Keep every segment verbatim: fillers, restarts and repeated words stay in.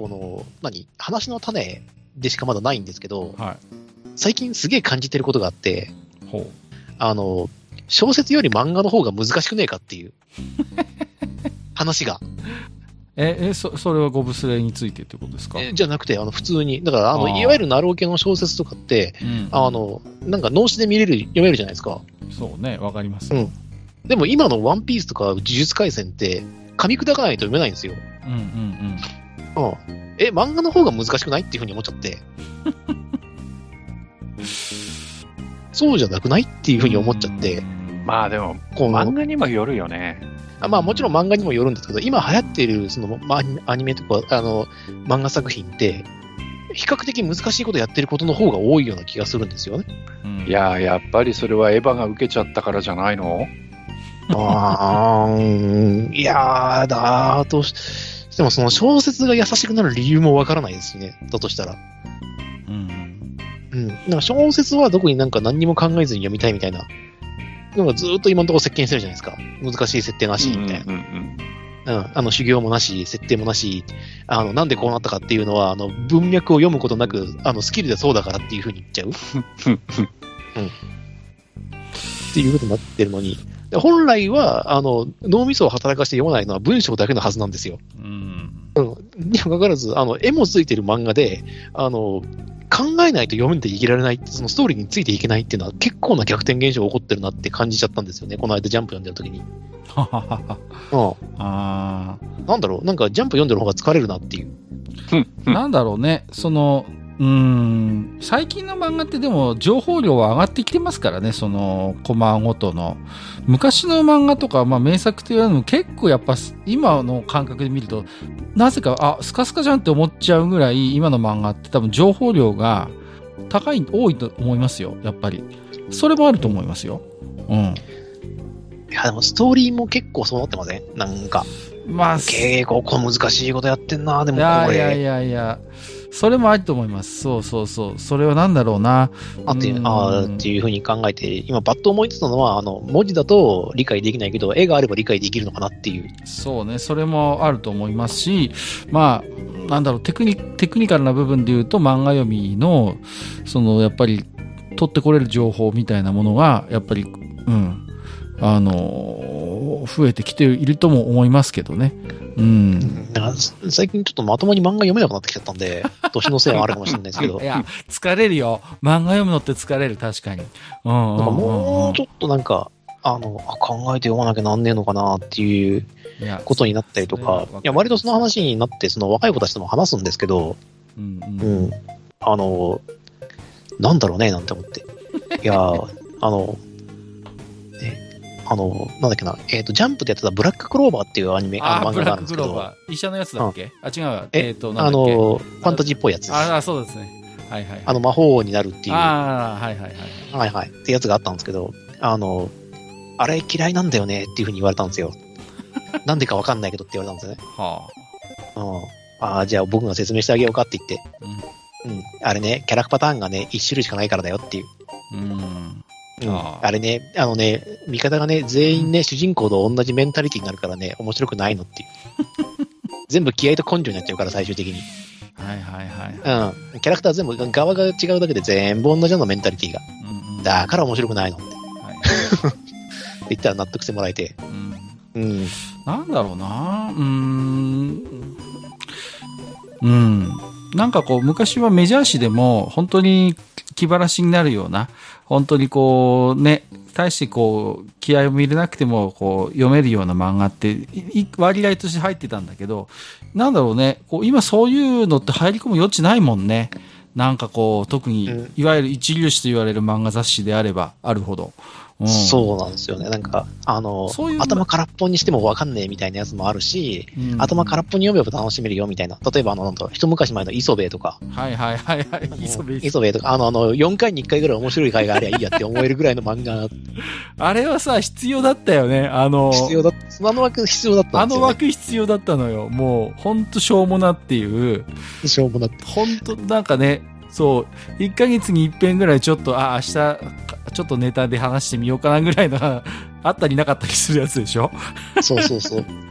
この、何、話の種でしかまだないんですけど、 はい、 最近すげえ感じてることがあって、 ほう。 あの、小説より漫画の方が難しくねえかっていう話が。 え、え、そ、それはゴブスレーについてってことですか？ えじゃなくて、あの、普通に。だから、あの、 あいわゆるナロー系の小説とかって、うん、あの、なんか脳死で見れる、読めるじゃないですか。 そうね、わかります。 うん。でも今のワンピースとか呪術廻戦って、噛み砕かないと読めないんですよ。 うんうんうん。 うん。え、漫画の方が難しくないっていうふうに思っちゃって。そうじゃなくないっていうふうに思っちゃって。 まあでも、漫画にもよるよね。 あまあもちろん漫画にもよるんですけど、今流行っているその、まあ、アニメとか、あの、漫画作品って、比較的難しいことやってることの方が多いような気がするんですよね。 うん、いや、やっぱりそれはエヴァが受けちゃったからじゃないの？ あー、いやー、だとし、でもその小説が優しくなる理由もわからないですね。だとしたら。うん。うん。なんか小説は特になんか何にも考えずに読みたいみたいな。なんかずーっと今のところ設計してるじゃないですか。難しい設定なし、みたいな。うん、うん、あの、修行もなし、設定もなし、あの、なんでこうなったかっていうのは、あの、文脈を読むことなく、あの、スキルでそうだからっていう風に言っちゃう。うん。っていうことになってるのに、本来は、あの、脳みそを働かして読まないのは文章だけのはずなんですよ。うん。うん。にもかかわらず、あの、絵もついてる漫画で、あの、考えないと読んでいけられない、そのストーリーについていけないっていうのは結構な逆転現象が起こってるなって感じちゃったんですよね。この間ジャンプ読んでる時に。はははは。うん。ああ。なんだろう、なんかジャンプ読んでる方が疲れるなっていう。 なんだろうね、その、うーん、最近の漫画ってでも情報量は上がってきてますからね、そのコマごとの。昔の漫画とか、まあ名作っていうのも結構やっぱ今の感覚で見ると、なぜか、あ、スカスカじゃんって思っちゃうぐらい今の漫画って多分情報量が高い、多いと思いますよ、やっぱり。それもあると思いますよ。うん。いやでもストーリーも結構そうなってません？なんか。まあ、結構こう難しいことやってんな、でもこれ。 いやいやいやいや。それもあると思います。そうそうそう。それはなんだろうな。 あっていう、あっていうふうに考えて、今バッと思いついたのは、あの、文字だと理解できないけど、絵があれば理解できるのかなっていう。 そうね。それもあると思いますし、まあ、なんだろう、テクニ、テクニカルな部分で言うと、漫画読みの、その、やっぱり、取ってこれる情報みたいなものが、やっぱり、うん、あの、増えてきているとも思いますけどね。うん、 だから最近ちょっとまともに漫画読めなくなってきちゃったんで、年のせいはあるかもしれないですけど。 いや、疲れるよ。漫画読むのって疲れる、確かに。うんうんうんうん、 なんかもうちょっとなんか、あの、考えて読まなきゃなんねえのかなっていうことになったりとか、いや、割とその話になって、その若い子たちとも話すんですけど、うんうんうん、あの、なんだろうね、なんて思って。いや、あの、あの、なんだっけな、えっ、ー、と、ジャンプでやってたブラッククローバーっていうアニメ、あの漫画があるんですけど。ブラッククローバー。 医者のやつだっけ、うん、あ、違うわ。 えっ、ー、と、なんだっけ、あの、ファンタジーっぽいやつです。 ああ、そうですね。はいはい、はい。 あの、魔法王になるっていう。 ああ、はいはいはい。 はいはい。ってやつがあったんですけど、あの、あれ嫌いなんだよねっていうふうに言われたんですよ。なんでかわかんないけどって言われたんですよね。はあ。うん。ああ、じゃあ僕が説明してあげようかって言って。うん。うん。あれね、キャラクパターンがね、一種類しかないからだよっていう。うん。うん、あ, あれね、あのね、味方がね、全員ね、主人公と同じメンタリティになるからね、面白くないのっていう。全部気合と根性になっちゃうから、最終的に。 はいはいはい。 うん。キャラクター全部、側が違うだけで全部同じようなメンタリティが。うんうん、だから面白くないのって。はい、って言ったら納得してもらえて。うん。うん、 なんだろうなうーん。うん。なんかこう、昔はメジャー誌でも、本当に気晴らしになるような、本当にこうね、大してこう気合を入れなくてもこう読めるような漫画って割合として入ってたんだけど、なんだろうね、こう今そういうのって入り込む余地ないもんね。なんかこう特にいわゆる一流誌と言われる漫画雑誌であればあるほど。 うん、そうなんですよね。なんか、あの、ういう頭空っぽにしてもわかんねえみたいなやつもあるし、うん、頭空っぽに読めば楽しめるよみたいな。例えば、あの、なんだろう、一昔前の磯部とか。 はいはいはいはい。 磯部。磯部とか、あの、あの、よんかいにいっかいぐらい面白い回がありゃいいやって思えるぐらいの漫画。 あれはさ、必要だったよね。あの、 必要だった。あの枠必要だったんですよ、ね。 あの枠必要だったのよ。もう、ほんとしょうもなっていう。 しょうもなって。 ほんと、なんかね、そう、いっかげつに一遍ぐらいちょっと、あ、明日、ちょっとネタで話してみようかなぐらいのあったりなかったりするやつでしょ。 そうそうそう。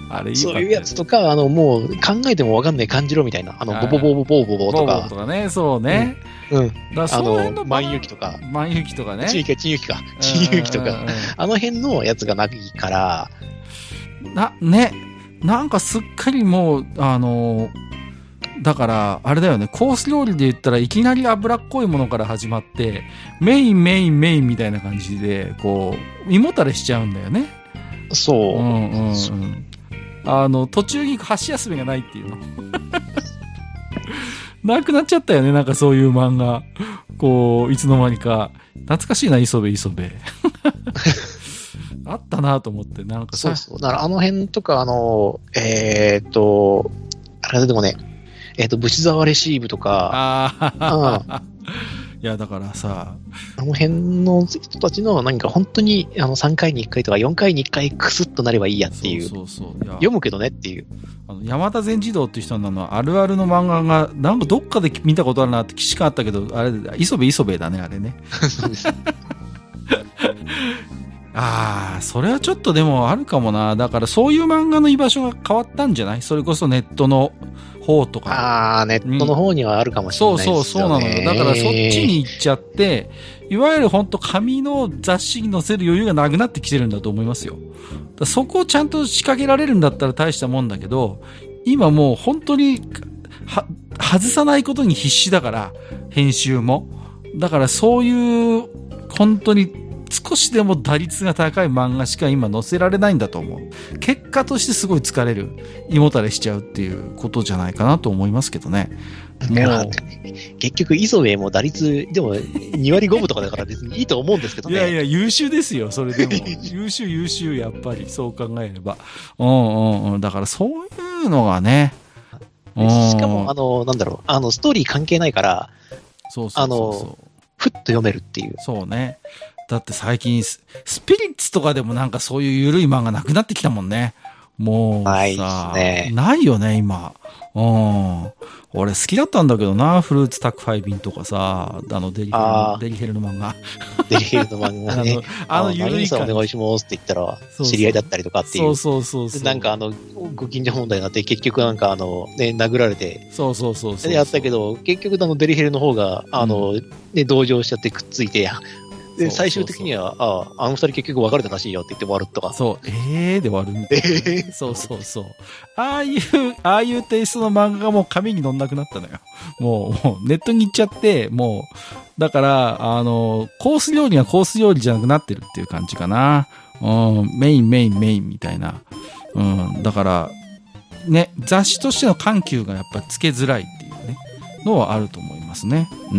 あれいいそういうやつとか、あの、もう考えてもわかんない感じろみたいな、あの、ボボボボボボボとか。ボボボとかね、そうね。 うん。うん、 だあの、万雪とか。 万雪とかね。 ちゆきか、ちゆきか。ちゆきとか。あの辺のやつがないから。 な、ね。なんかすっかりもう、あの、だから、あれだよね、コース料理で言ったらいきなり脂っこいものから始まって、メインメインメインみたいな感じで、こう、胃もたれしちゃうんだよね。 そう。 うんうんうん。あの、途中に箸休めがないっていうの。なくなっちゃったよね、なんかそういう漫画。こう、いつの間にか。懐かしいな、磯部磯部。あったなと思って、なんかさ。そうそう。だからあの辺とか、あの、えー、っと、あれでもね、えっと、武士沢レシーブとか、 ああ、いや、だからさ、 あの辺の人たちの何か本当にあのさんかいにいっかいとかよんかいにいっかいクスッとなればいいやっていう。 そうそうそう。 読むけどねっていう。 あの山田善児童っていう人なのあるあるの漫画が、なんかどっかで見たことあるなって既視感あったけど、あれ、磯部磯部だね、あれね。そうです。ああ、それはちょっとでもあるかもな。だからそういう漫画の居場所が変わったんじゃない？それこそネットの方とか。 ああ、ネットの方にはあるかもしれないですよね。そうそう、そうなのよ。 だからそっちに行っちゃって、いわゆる本当紙の雑誌に載せる余裕がなくなってきてるんだと思いますよ。だそこをちゃんと仕掛けられるんだったら大したもんだけど、今もう本当には外さないことに必死だから、編集も。だからそういう本当に少しでも打率が高い漫画しか今載せられないんだと思う。結果としてすごい疲れる。胃もたれしちゃうっていうことじゃないかなと思いますけどね。もう結局、磯部も打率、でもにわりごぶとかだから別にいいと思うんですけどね。 いやいや、優秀ですよ、それでも。優秀、優秀、やっぱり、そう考えれば。うんうんうん。だからそういうのがね。 しかも、あの、なんだろう、あの、ストーリー関係ないから、 そうそうそうそう。 あの、ふっと読めるっていう。 そうね。だって最近ス、スピリッツとかでもなんかそういう緩い漫画なくなってきたもんね。もうさ、 ないですね。 ないよね、今。うん。俺好きだったんだけどな、フルーツ宅配便とかさ、あのデリヘルの、デリヘルの漫画。 デリヘルの漫画ね。あの、緩い感じ。お願いしますって言ったら、知り合いだったりとかっていう。 そうそうそうそう。 なんかあの、ご近所問題になって、結局なんかあの、ね、殴られて。 そうそうそうそう。 やったけど、結局あの、デリヘルの方が、あの、うん、ね、同情しちゃってくっついて、で、最終的には、ああ、あの二人結局別れたらしいよって言って終わるとか。 そう、ええー、で終わるみたいな。えー、そうそうそう。ああいう、ああいうテイストの漫画がもう紙に載んなくなったのよ。もう、もうネットに行っちゃって、もう、だから、あの、コース料理がコース料理じゃなくなってるっていう感じかな。うん、メインメインメインみたいな。うん、だから、ね、雑誌としての緩急がやっぱつけづらいっていうね、のはあると思いますね。うん、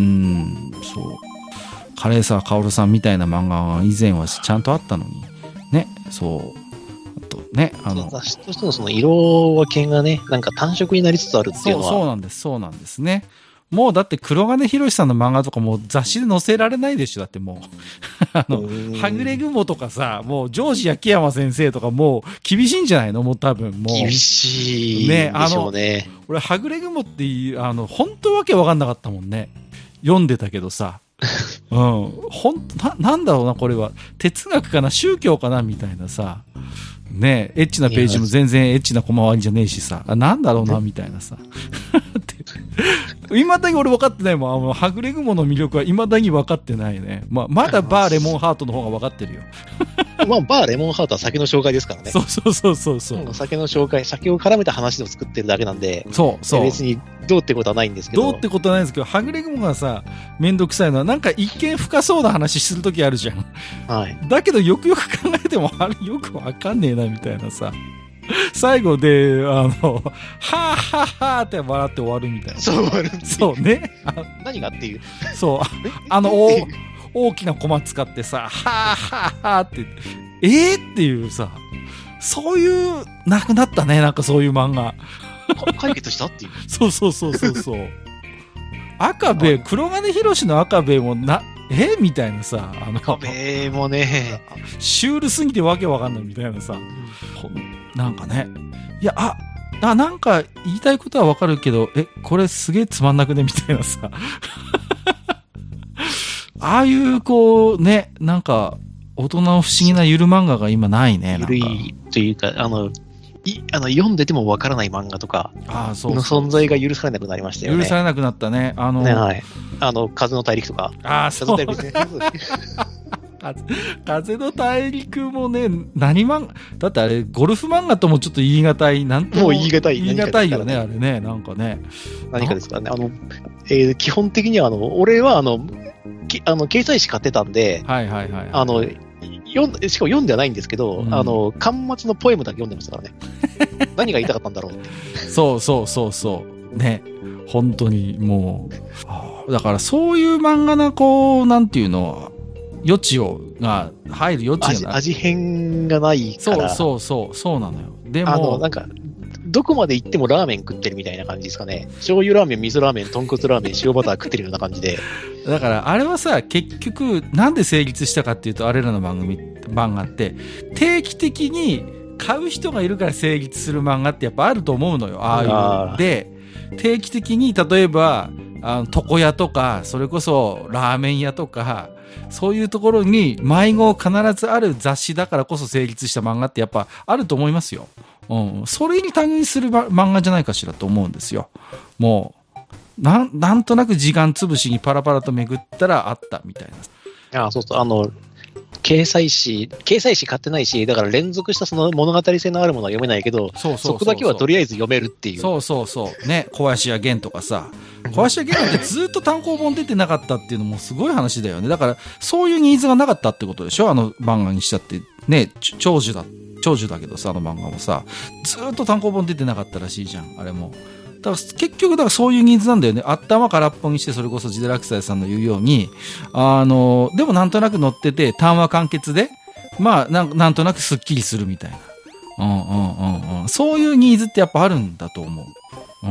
そう。カレーサー薫さんみたいな漫画は以前はちゃんとあったのにね、そうあとね、あの雑誌としてのその色分けがね、なんか単色になりつつあるっていうのは、 そうそうなんですそうなんですね。もうだって黒金博さんの漫画とかもう雑誌で載せられないでしょ。だってもうあのはぐれ雲とかさ、もうジョージ秋山先生とかもう厳しいんじゃないの？もう多分もう厳しいでしょうね。 あの俺はぐれ雲っていうあの本当わけわかんなかったもんね。読んでたけどさ。うん。ほん、な、なんだろうな、これは。哲学かな、宗教かな、みたいなさ。ねえ、エッチなページも全然エッチな小回りじゃねえしさ。あ、なんだろうな、みたいなさ。いまだに俺分かってないもん。あの、はぐれ雲の魅力はいまだに分かってないね。まあ、まだバーレモンハートの方が分かってるよ。 まあ、バーレモンハートは酒の紹介ですからね。 そうそうそうそうそう。 酒の紹介、酒を絡めた話を作ってるだけなんで。 そうそう。 別にどうってことはないんですけど。 どうってことはないんですけど、はぐれ雲がさ、めんどくさいのは、なんか一見深そうな話するときあるじゃん。 はい。 だけどよくよく考えても、あれよくわかんねえな、みたいなさ。最後で、あの、はぁはぁはぁって笑って終わるみたいな。 そう終わるんですそうね。 何がっていう。 そう。あの、大、大きなコマ使ってさ、はぁはぁはぁって、えーっていうさ、そういう、なくなったね、なんかそういう漫画。 解決したっていう。 そうそうそうそうそう。赤べ、黒金博の赤べもな、えみたいなさ、あの、 赤べもね、 シュールすぎてわけわかんないみたいなさ、なんかね、いや、あ、あ、なんか言いたいことはわかるけど、え、これすげえつまんなくねみたいなさ、ああいうこう、ね、なんか、大人の不思議なゆる漫画が今ないね。 ゆるいというか、あの、 いあの読んでてもわからない漫画とかの存在が許されなくなりましたよね。 許されなくなったね。あの、 ね、はい。あの、風の大陸とか。 ああ、そう。風の大陸もね、何漫画、だってあれ、ゴルフ漫画ともちょっと言い難い、なんとも。 もう言い難い。 言い難いよね、あれね、なんかね。 何かですかね。あの、えー、基本的には、あの、俺は、あの、きあの掲載誌買ってたんで、 はいはいはい、はい。 あの、読んしかも読んではないんですけど、うん、あの、巻末のポエムだけ読んでましたからね。何が言いたかったんだろうって。 そうそうそうそう。ね。本当にもう。だからそういう漫画な、こう、なんていうの、余地を、が入る余地がない。 味変がないから。 そうそうそう、そうなのよ。でも、 あの、なんか、どこまで行ってもラーメン食ってるみたいな感じですかね。醤油ラーメン、味噌ラーメン、豚骨ラーメン、塩バター食ってるような感じで。 だから、あれはさ、結局、なんで成立したかっていうと、あれらの番組、漫画って、定期的に買う人がいるから成立する漫画ってやっぱあると思うのよ。ああいう。で、定期的に、例えば、あの床屋とか、それこそラーメン屋とか、そういうところに迷子必ずある雑誌だからこそ成立した漫画ってやっぱあると思いますよ。うん。それに対応する漫画じゃないかしらと思うんですよ。もう、なん、なんとなく時間潰しにパラパラと巡ったらあったみたいな。ああ、そうそう。あの、掲載誌、掲載誌買ってないし、だから連続したその物語性のあるものは読めないけど、そうそうそうそう、そこだけはとりあえず読めるっていう。 そうそうそう。ね、小林家源とかさ。小林家源ってずっと単行本出てなかったっていうのもすごい話だよね。だから、そういうニーズがなかったってことでしょ、あの漫画にしちゃって。ね、長寿だ、長寿だけどさ、あの漫画もさ、ずっと単行本出てなかったらしいじゃん、あれも。だから結局、だからそういうニーズなんだよね。頭空っぽにして、それこそジデラクサイさんの言うように、あの、でもなんとなく乗ってて、単話完結で、まあ、なん、なんとなくスッキリするみたいな。うんうんうんうん。そういうニーズってやっぱあるんだと思う。うん。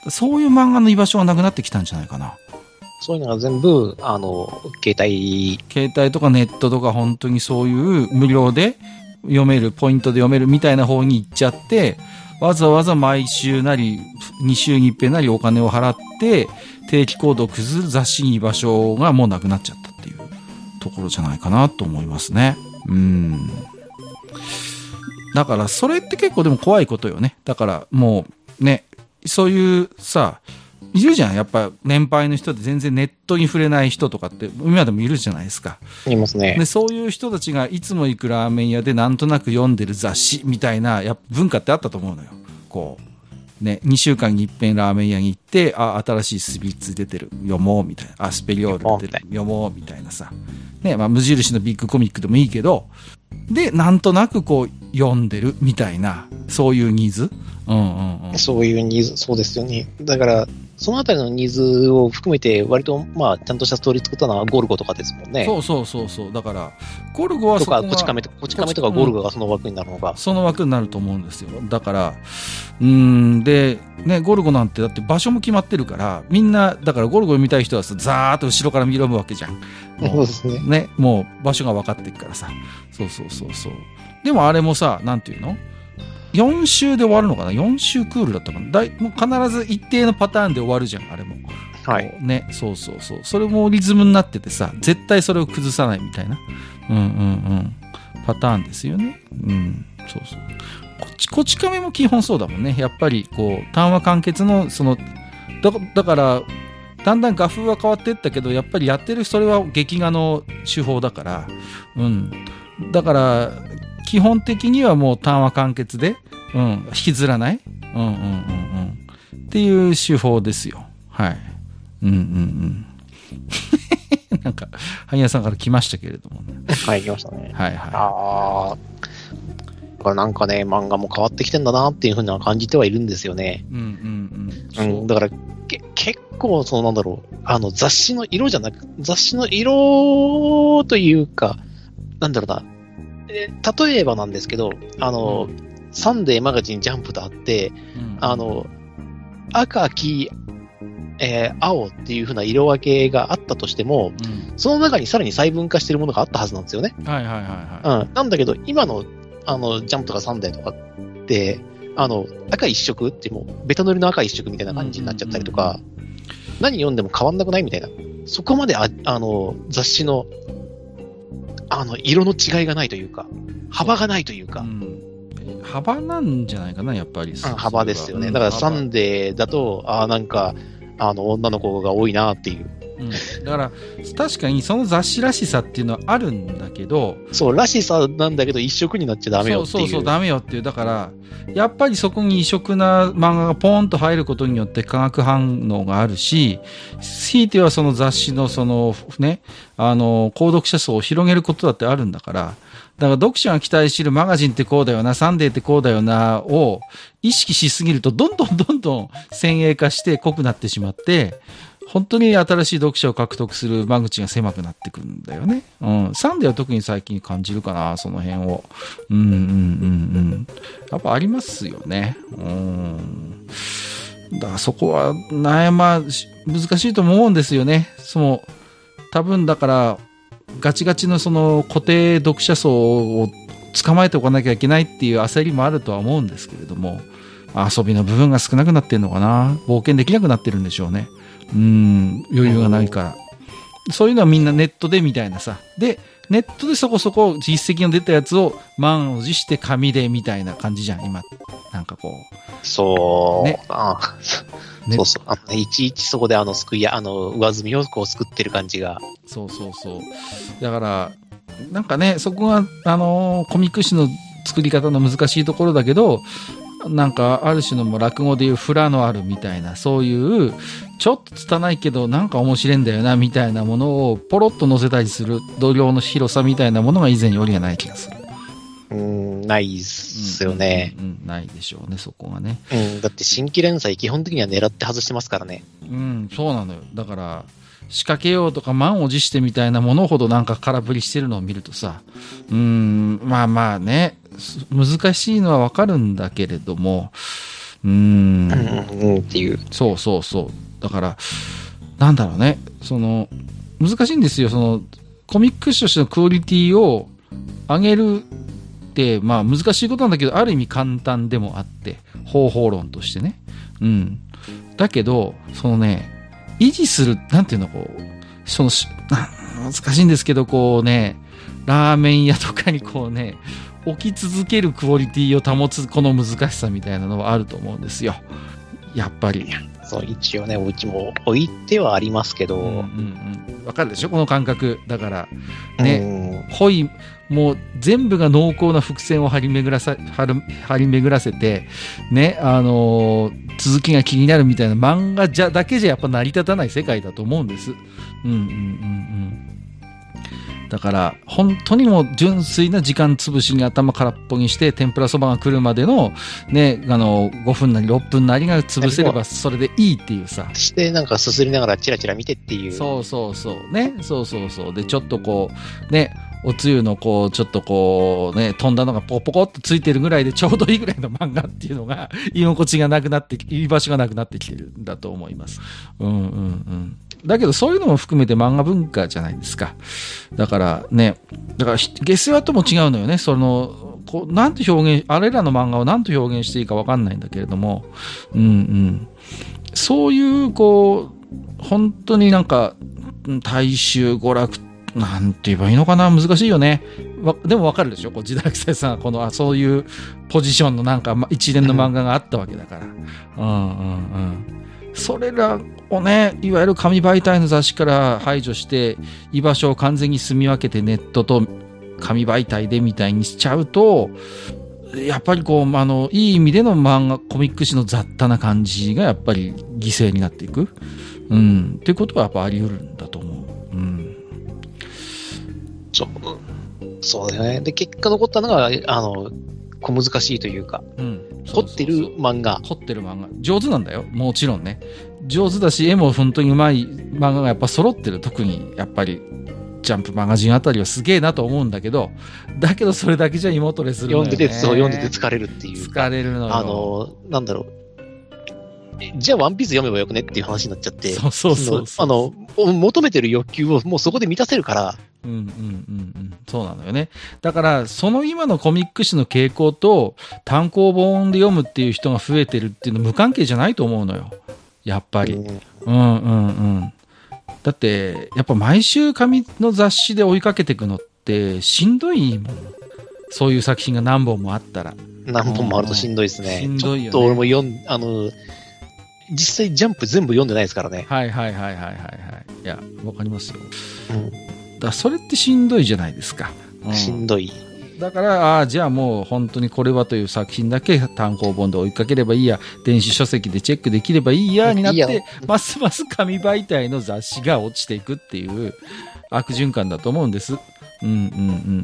そういう漫画の居場所がなくなってきたんじゃないかな。 そういうのが全部、あの、携帯。 携帯とかネットとか本当にそういう無料で読める、ポイントで読めるみたいな方に行っちゃって、わざわざ毎週なり、に週に一遍なりお金を払って、定期購読する雑誌に居場所がもうなくなっちゃったっていうところじゃないかなと思いますね。うん。だからそれって結構でも怖いことよね。だからもうね、そういうさ、いるじゃん。やっぱ年配の人で全然ネットに触れない人とかって今でもいるじゃないですか。 いますね。 で、そういう人たちがいつも行くラーメン屋でなんとなく読んでる雑誌みたいなやっぱ文化ってあったと思うのよ。こうね、にしゅうかんに一遍ラーメン屋に行って、あ、新しいスピッツ出てる読もうみたいな、あ、スペリオール出てる読もうみたいなさ、ね、まあ無印のビッグコミックでもいいけど、でなんとなくこう読んでるみたいな、そういうニーズ、うんうんうん、 そういうニーズ、そうですよね。だからそのあたりのニーズを含めて割とまあちゃんとしたストーリー作ったのはゴルゴとかですもんね。 そうそうそうそう。だからゴルゴはそこがとかこち亀とかこち亀とかゴルゴがその枠になるのか、うん、 その枠になると思うんですよ。だからうーんでね、ゴルゴなんてだって場所も決まってるから、みんなだからゴルゴ見たい人はさ、ザーッと後ろから見るわけじゃん。 そうですね。 ね、もう場所が分かってるからさ。そうそうそうそう。でもあれもさ、なんていうの？よん週で終わるのかな ?よん 週クールだったかな、だいもう必ず一定のパターンで終わるじゃん、あれも。 はい。 ね、そうそうそう。それもリズムになっててさ、絶対それを崩さないみたいな。うんうんうん。パターンですよね。うん。そうそう。こっち、こち亀も基本そうだもんね。やっぱり、こう、単話完結の、その、だ、だから、だんだん画風は変わっていったけど、やっぱりやってるそれは劇画の手法だから、うん。だから、基本的にはもう単話完結で、うん、引きずらない、うんうんうんうん、っていう手法ですよ。はい。うんうんうん。なんか、萩谷さんから来ましたけれどもね。 はい、来ましたね。 はいはい。 ああ。だからなんかね、漫画も変わってきてんだなっていうふうに感じてはいるんですよね。 うんうんうん。 うん、だからけ、結構、そのなんだろう、あの雑誌の色じゃなく、雑誌の色というか、なんだろうな、え例えばなんですけど、あの、うん、サンデーマガジンジャンプとあって、うん、あの、赤、黄、えー、青っていう風な色分けがあったとしても、うん、その中にさらに細分化してるものがあったはずなんですよね。 はいはいはいはい。 うん。なんだけど、今の、あの、ジャンプとかサンデーとかって、あの、赤一色ってもう、ベタ塗りの赤一色みたいな感じになっちゃったりとか、うんうんうん、何読んでも変わんなくないみたいな。そこまであ、あの、雑誌の、あの、色の違いがないというか、幅がないというか。うん、 幅なんじゃないかな、やっぱり。 うん、幅ですよね。だからサンデーだと、ああ、なんか、あの、女の子が多いなっていう。 うん、だから確かにその雑誌らしさっていうのはあるんだけど、 そうらしさなんだけど一色になっちゃダメよっていう。 そうそうそうダメよっていう。だからやっぱりそこに異色な漫画がポーンと入ることによって化学反応があるし、ひいてはその雑誌のそのね、あの購読者層を広げることだってあるんだから、だから読者が期待してるマガジンってこうだよな、サンデーってこうだよなを意識しすぎるとどんどんどんどん先鋭化して濃くなってしまって、本当に新しい読者を獲得する間口が狭くなってくるんだよね。うん。サンデーは特に最近感じるかな、その辺を。うんうんうんうん。やっぱありますよね。うん。だからそこは悩ま、難しいと思うんですよね。その、多分だから、ガチガチのその固定読者層を捕まえておかなきゃいけないっていう焦りもあるとは思うんですけれども、遊びの部分が少なくなってるのかな。冒険できなくなってるんでしょうね。うん、余裕がないから。そういうのはみんなネットでみたいなさ。で、ネットでそこそこ実績の出たやつを満を持して紙でみたいな感じじゃん、今。なんかこう。そう。ね。ああね、そうそう。あの、いちいちそこであの、すくいや、あの、上積みをこう作ってる感じが。 そうそうそう。だから、なんかね、そこが、あのー、コミック誌の作り方の難しいところだけど、なんか、ある種のも落語でいうフラのあるみたいな、そういう、ちょっと拙いけど、なんか面白いんだよな、みたいなものを、ポロッと載せたりする、度量の広さみたいなものが以前よりはない気がする。 うーん、ないっすよね、 うんうんうん。ないでしょうね、そこがね。 うん、だって新規連載基本的には狙って外してますからね。 うん、そうなのよ。だから、仕掛けようとか満を持してみたいなものほどなんか空振りしてるのを見るとさ、うーん、まあまあね、難しいのはわかるんだけれども、うーん、 うんうん、っていう。 そうそうそう。だから、なんだろうね、その、難しいんですよ。その、コミック誌としてのクオリティを上げるって、まあ難しいことなんだけど、ある意味簡単でもあって、方法論としてね。うん。だけど、そのね、維持する、なんていうの、こう、その、難しいんですけど、こうね、ラーメン屋とかにこうね、置き続けるクオリティを保つこの難しさみたいなのはあると思うんですよ。やっぱり。 そう、一応ね、うちも置いてはありますけど。うんうんうん。わかるでしょこの感覚。だから、ね、濃い、もう全部が濃厚な伏線を張り巡らさ、張る、張り巡らせて、ね、あのー、続きが気になるみたいな漫画じゃ、だけじゃやっぱ成り立たない世界だと思うんです。うんうんうんうん。だから、本当にもう純粋な時間潰しに頭空っぽにして、天ぷらそばが来るまでの、ね、あの、ごふんなりろっぷんなりが潰せればそれでいいっていうさ。 して、なんかすすりながらチラチラ見てっていう。 そうそうそう。ね。そうそうそう。で、ちょっとこう、ね、おつゆのこう、ちょっとこう、ね、飛んだのがポコポコっとついてるぐらいでちょうどいいぐらいの漫画っていうのが、居心地がなくなって、居場所がなくなってきてるんだと思います。うんうんうん。だけどそういうのも含めて漫画文化じゃないですか。だからね、だから下世話とも違うのよね。その、こう、なんて表現、あれらの漫画をなんと表現していいかわかんないんだけれども、うんうん。そういう、こう、本当になんか、大衆娯楽、なんて言えばいいのかな、難しいよね。でもわかるでしょこう時代久さん、この、そういうポジションのなんか一連の漫画があったわけだから。うんうんうん。それらをね、いわゆる紙媒体の雑誌から排除して、居場所を完全に住み分けてネットと紙媒体でみたいにしちゃうと、やっぱりこう、あの、いい意味での漫画、コミック誌の雑多な感じがやっぱり犠牲になっていく。うん。っていうことはやっぱあり得るんだと思う。うん。 そう。そうだよね。で、結果残ったのが、あの、小難しいというか、うん、凝ってる漫画。 凝ってる漫画。上手なんだよ。もちろんね。上手だし、絵も本当にうまい漫画がやっぱ揃ってる。特に、やっぱり、ジャンプマガジンあたりはすげえなと思うんだけど、だけどそれだけじゃ妹でするのよね。 読んでて、そう、読んでて疲れるっていう。 疲れるのよ。 あの、なんだろう。じゃあワンピース読めばよくねっていう話になっちゃって。 そうそうそうそう。 あの、求めてる欲求をもうそこで満たせるから。 うんうんうんうん。そうなのよね。だから、その今のコミック誌の傾向と、単行本で読むっていう人が増えてるっていうの無関係じゃないと思うのよ。やっぱり。うん、うんうんうんだって、やっぱ毎週紙の雑誌で追いかけていくのってしんどいもん。そういう作品が何本もあったら。 何本もあるとしんどいですね。 しんどいよね。 ちょっと俺も読ん、あの、実際ジャンプ全部読んでないですからね。 はいはいはいはいはいはい。いや、わかりますよ。 うん。 だからそれってしんどいじゃないですか。 うん、しんどい。 だから、ああ、じゃあもう本当にこれはという作品だけ単行本で追いかければいいや、電子書籍でチェックできればいいやになって、いいますます紙媒体の雑誌が落ちていくっていう悪循環だと思うんです。うんうんうん。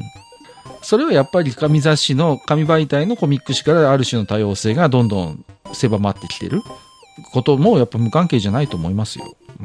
それはやっぱり紙雑誌の、紙媒体のコミック誌からある種の多様性がどんどん狭まってきてることもやっぱ無関係じゃないと思いますよ。うん。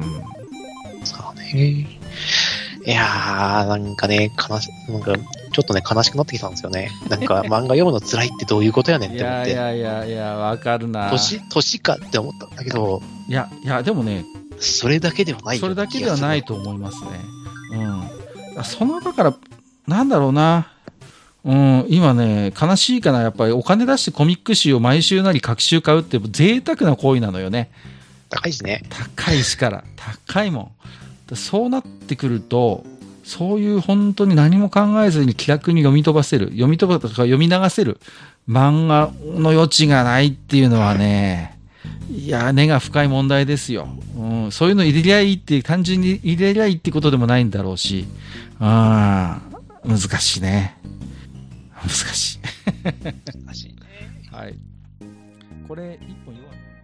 そうね。いやー、なんかね、悲し、なんか、ちょっとね、悲しくなってきたんですよね。なんか、漫画読むの辛いってどういうことやねんって思って。 いやいやいやいや、わかるな。 年、年かって思ったんだけど。 いや、いや、でもね、 それだけではないよ。 それだけではないと思いますね。うん。その、だから、なんだろうな。うん、今ね、悲しいかな。やっぱりお金出してコミック誌を毎週なり各週買うって贅沢な行為なのよね。 高いしね。 高いしから。高いもん。そうなってくると、そういう本当に何も考えずに気楽に読み飛ばせる、読み飛ばとか読み流せる漫画の余地がないっていうのはね、いや、根が深い問題ですよ。うん、そういうの入れりゃいいって、単純に入れりゃいいってことでもないんだろうし、あ難しいね。難しい。 難しいね。 はい。これ、一本弱い。